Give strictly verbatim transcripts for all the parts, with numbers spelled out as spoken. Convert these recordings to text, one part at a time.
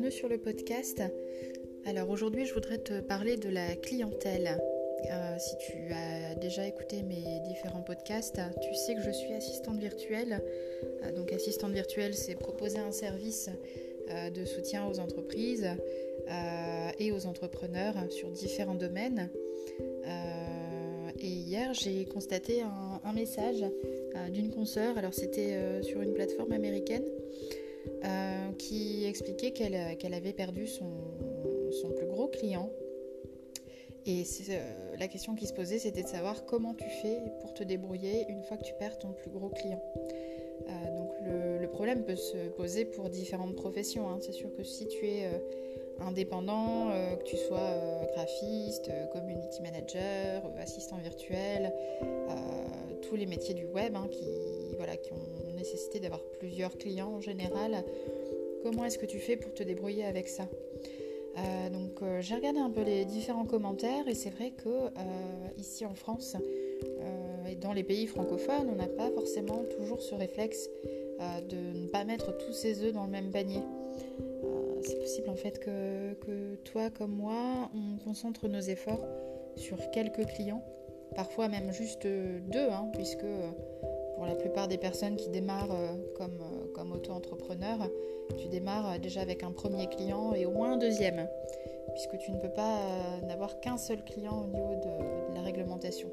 bienvenue sur le podcast. Alors aujourd'hui je voudrais te parler de la clientèle. Euh, si tu as déjà écouté mes différents podcasts, tu sais que je suis assistante virtuelle. Euh, donc assistante virtuelle, c'est proposer un service euh, de soutien aux entreprises euh, et aux entrepreneurs sur différents domaines. Euh, et hier j'ai constaté un, un message euh, d'une consoeur, alors c'était euh, sur une plateforme américaine, Euh, qui expliquait qu'elle, qu'elle avait perdu son, son plus gros client. Et c'est, euh, la question qui se posait, c'était de savoir comment tu fais pour te débrouiller une fois que tu perds ton plus gros client. Euh, donc le, le problème peut se poser pour différentes professions. Hein. C'est sûr que si tu es euh, indépendant, euh, que tu sois euh, graphiste, euh, community manager, euh, assistant virtuel, euh, tous les métiers du web hein, qui, voilà, qui ont nécessité d'avoir plusieurs clients en général, comment est-ce que tu fais pour te débrouiller avec ça ? euh, Donc euh, j'ai regardé un peu les différents commentaires et c'est vrai que euh, ici en France euh, et dans les pays francophones, on n'a pas forcément toujours ce réflexe euh, de ne pas mettre tous ses œufs dans le même panier. Euh, c'est possible en fait que, que toi comme moi, on concentre nos efforts sur quelques clients, parfois même juste deux, hein, puisque pour la plupart des personnes qui démarrent euh, comme, euh, comme auto-entrepreneur, tu démarres euh, déjà avec un premier client et au moins un deuxième, puisque tu ne peux pas euh, n'avoir qu'un seul client au niveau de, de la réglementation.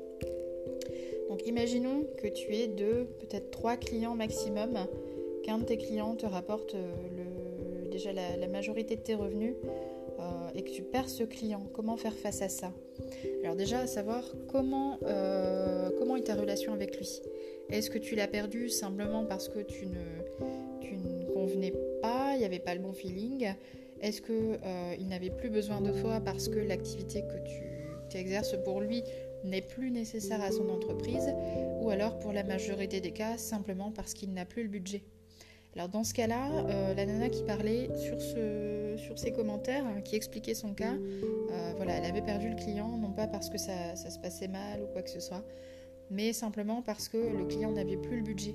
Donc imaginons que tu aies deux, peut-être trois clients maximum, qu'un de tes clients te rapporte euh, le, déjà la, la majorité de tes revenus euh, et que tu perds ce client. Comment faire face à ça ? Alors déjà, à savoir comment, euh, comment est ta relation avec lui ? Est-ce que tu l'as perdu simplement parce que tu ne, tu ne convenais pas, il n'y avait pas le bon feeling ? Est-ce qu'il euh, n'avait plus besoin de toi parce que l'activité que tu, tu exerces pour lui n'est plus nécessaire à son entreprise ? Ou alors, pour la majorité des cas, simplement parce qu'il n'a plus le budget ? Alors dans ce cas-là, euh, la nana qui parlait sur, ce, sur ses commentaires, hein, qui expliquait son cas, euh, voilà, elle avait perdu le client, non pas parce que ça, ça se passait mal ou quoi que ce soit, mais simplement parce que le client n'avait plus le budget.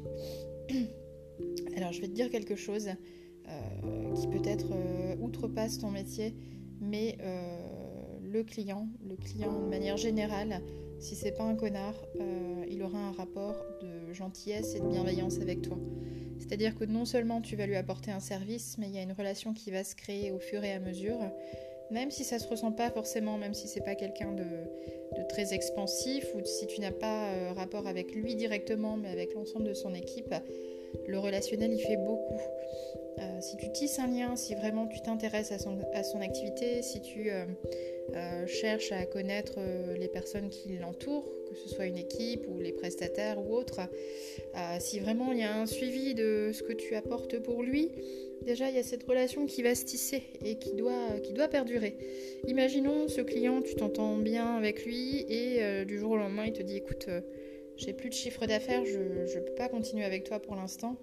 Alors je vais te dire quelque chose euh, qui peut-être euh, outrepasse ton métier, mais euh, le client, le client de manière générale, si c'est pas un connard, euh, il aura un rapport de gentillesse et de bienveillance avec toi. C'est-à-dire que non seulement tu vas lui apporter un service, mais il y a une relation qui va se créer au fur et à mesure, même si ça ne se ressent pas forcément, même si c'est pas quelqu'un de, de très expansif, ou si tu n'as pas euh, rapport avec lui directement, mais avec l'ensemble de son équipe, le relationnel, il fait beaucoup. Euh, si tu tisses un lien, si vraiment tu t'intéresses à son, à son activité, si tu euh, euh, cherches à connaître euh, les personnes qui l'entourent, que ce soit une équipe ou les prestataires ou autres, euh, si vraiment il y a un suivi de ce que tu apportes pour lui, déjà il y a cette relation qui va se tisser et qui doit, qui doit perdurer. Imaginons ce client, tu t'entends bien avec lui et euh, du jour au lendemain il te dit écoute, euh, j'ai plus de chiffre d'affaires, je ne peux pas continuer avec toi pour l'instant.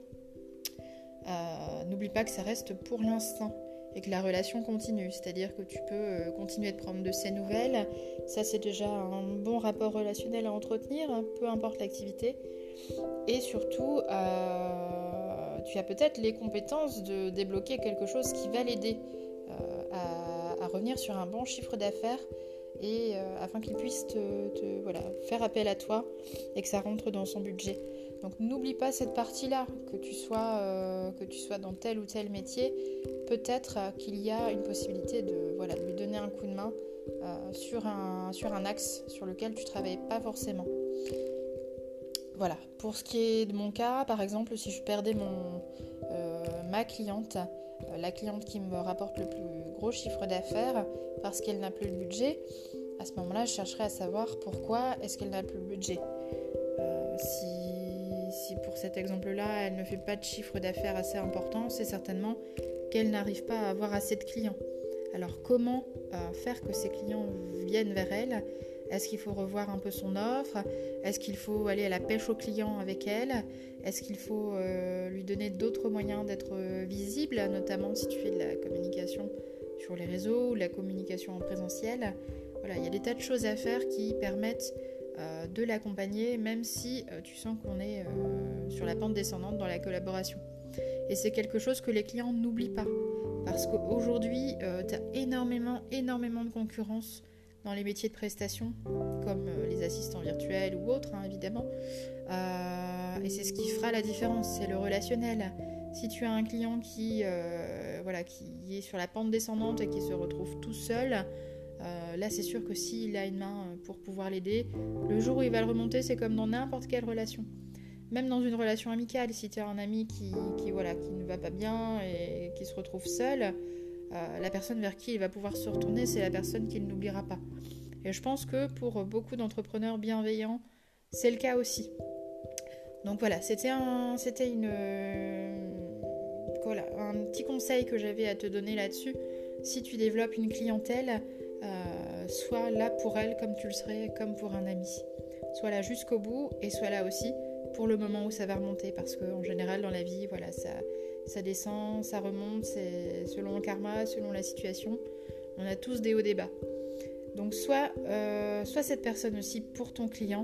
Euh, n'oublie pas que ça reste pour l'instant et que la relation continue, c'est-à-dire que tu peux euh, continuer de prendre de ses nouvelles. Ça c'est déjà un bon rapport relationnel à entretenir, hein, peu importe l'activité. Et surtout, euh, tu as peut-être les compétences de débloquer quelque chose qui va l'aider euh, à, à revenir sur un bon chiffre d'affaires et euh, afin qu'il puisse te, te voilà, faire appel à toi et que ça rentre dans son budget. Donc n'oublie pas cette partie-là, que tu sois, euh, que tu sois dans tel ou tel métier, peut-être euh, qu'il y a une possibilité de, voilà, de lui donner un coup de main euh, sur, un, sur un axe sur lequel tu ne travaillais pas forcément. Voilà, pour ce qui est de mon cas, par exemple, si je perdais mon, euh, ma cliente, euh, la cliente qui me rapporte le plus gros chiffre d'affaires parce qu'elle n'a plus le budget, à ce moment-là, je chercherais à savoir pourquoi est-ce qu'elle n'a plus le budget. Euh, si, si pour cet exemple-là, elle ne fait pas de chiffre d'affaires assez important, c'est certainement qu'elle n'arrive pas à avoir assez de clients. Alors comment euh, faire que ces clients viennent vers elle ? Est-ce qu'il faut revoir un peu son offre ? Est-ce qu'il faut aller à la pêche aux clients avec elle ? Est-ce qu'il faut euh, lui donner d'autres moyens d'être visible, notamment si tu fais de la communication sur les réseaux ou de la communication en présentiel ? Voilà, il y a des tas de choses à faire qui permettent euh, de l'accompagner, même si euh, tu sens qu'on est euh, sur la pente descendante dans la collaboration. Et c'est quelque chose que les clients n'oublient pas. Parce qu'aujourd'hui, euh, tu as énormément, énormément de concurrence dans les métiers de prestation, comme euh, les assistants virtuels ou autres, hein, évidemment. Euh, et c'est ce qui fera la différence, c'est le relationnel. Si tu as un client qui, euh, voilà, qui est sur la pente descendante et qui se retrouve tout seul, euh, là c'est sûr que s'il a une main pour pouvoir l'aider, le jour où il va le remonter, c'est comme dans n'importe quelle relation. Même dans une relation amicale, si tu as un ami qui, qui, voilà, qui ne va pas bien et qui se retrouve seul, euh, la personne vers qui il va pouvoir se retourner, c'est la personne qu'il n'oubliera pas. Et je pense que pour beaucoup d'entrepreneurs bienveillants, c'est le cas aussi. Donc voilà, c'était un, c'était une, euh, voilà, un petit conseil que j'avais à te donner là-dessus. Si tu développes une clientèle, euh, sois là pour elle comme tu le serais comme pour un ami. Sois là jusqu'au bout et sois là aussi pour le moment où ça va remonter. Parce qu'en général, dans la vie, voilà, ça, ça descend, ça remonte, c'est selon le karma, selon la situation. On a tous des hauts, des bas. Donc sois, euh, sois cette personne aussi pour ton client.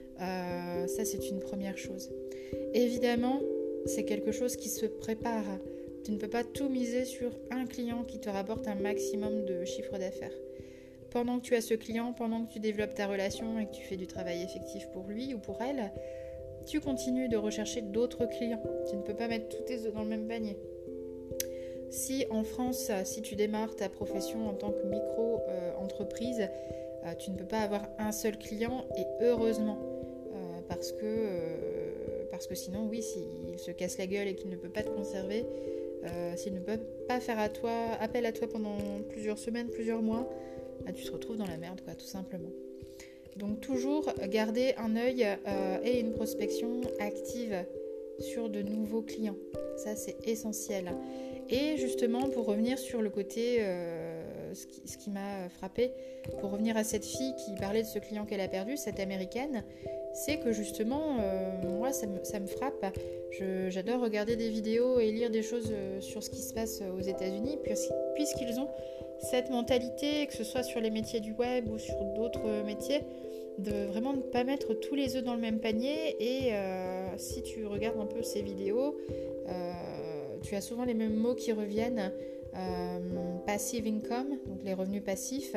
Euh, ça c'est une première chose. Évidemment, c'est quelque chose qui se prépare. Tu ne peux pas tout miser sur un client qui te rapporte un maximum de chiffre d'affaires. Pendant que tu as ce client, pendant que tu développes ta relation et que tu fais du travail effectif pour lui ou pour elle, tu continues de rechercher d'autres clients. Tu ne peux pas mettre tous tes œufs dans le même panier. Si en France, si tu démarres ta profession en tant que micro-entreprise, euh, tu ne peux pas avoir un seul client et heureusement. Parce que, euh, parce que sinon, oui, s'il se casse la gueule et qu'il ne peut pas te conserver, euh, s'il ne peut pas faire à toi, appel à toi pendant plusieurs semaines, plusieurs mois, bah, tu te retrouves dans la merde, quoi, tout simplement. Donc toujours garder un œil euh, et une prospection active sur de nouveaux clients. Ça, c'est essentiel. Et justement, pour revenir sur le côté, euh, ce qui, ce qui m'a frappée, pour revenir à cette fille qui parlait de ce client qu'elle a perdu, cette américaine, c'est que justement, euh, moi, ça me, ça me frappe. Je, j'adore regarder des vidéos et lire des choses euh, sur ce qui se passe aux États-Unis, puisqu'ils ont cette mentalité, que ce soit sur les métiers du web ou sur d'autres métiers, de vraiment ne pas mettre tous les œufs dans le même panier. Et euh, si tu regardes un peu ces vidéos, euh, tu as souvent les mêmes mots qui reviennent. Euh, passive income, donc les revenus passifs,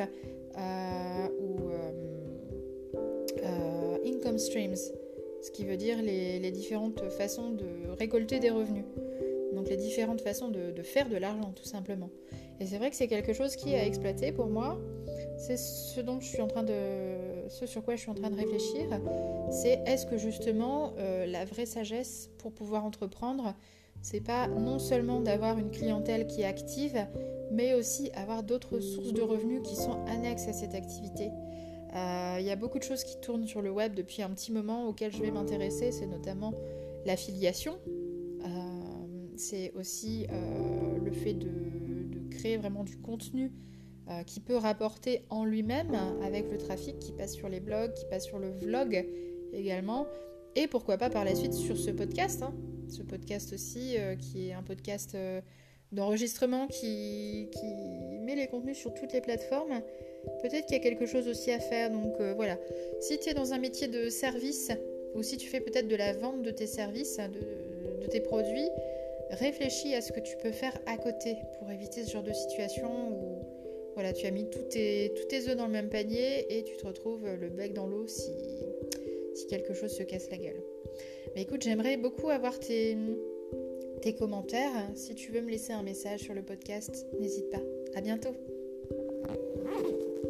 euh, ou euh, euh, income streams, ce qui veut dire les, les différentes façons de récolter des revenus. Donc les différentes façons de, de faire de l'argent, tout simplement. Et c'est vrai que c'est quelque chose qui a exploité pour moi. C'est ce dont je suis en train de, ce sur quoi je suis en train de réfléchir. C'est est-ce que justement euh, la vraie sagesse pour pouvoir entreprendre, c'est pas non seulement d'avoir une clientèle qui est active, mais aussi avoir d'autres sources de revenus qui sont annexes à cette activité. Il euh, y a beaucoup de choses qui tournent sur le web depuis un petit moment auxquelles je vais m'intéresser, c'est notamment l'affiliation. Euh, c'est aussi euh, le fait de, de créer vraiment du contenu euh, qui peut rapporter en lui-même avec le trafic qui passe sur les blogs, qui passe sur le vlog également, et pourquoi pas par la suite sur ce podcast, hein. Ce podcast aussi, euh, qui est un podcast euh, d'enregistrement qui, qui met les contenus sur toutes les plateformes. Peut-être qu'il y a quelque chose aussi à faire. Donc euh, voilà, si tu es dans un métier de service, ou si tu fais peut-être de la vente de tes services, de, de tes produits, réfléchis à ce que tu peux faire à côté pour éviter ce genre de situation où voilà, tu as mis tous tes, tous tes œufs dans le même panier et tu te retrouves le bec dans l'eau si, si quelque chose se casse la gueule. Mais écoute, j'aimerais beaucoup avoir tes, tes commentaires. Si tu veux me laisser un message sur le podcast, n'hésite pas. À bientôt.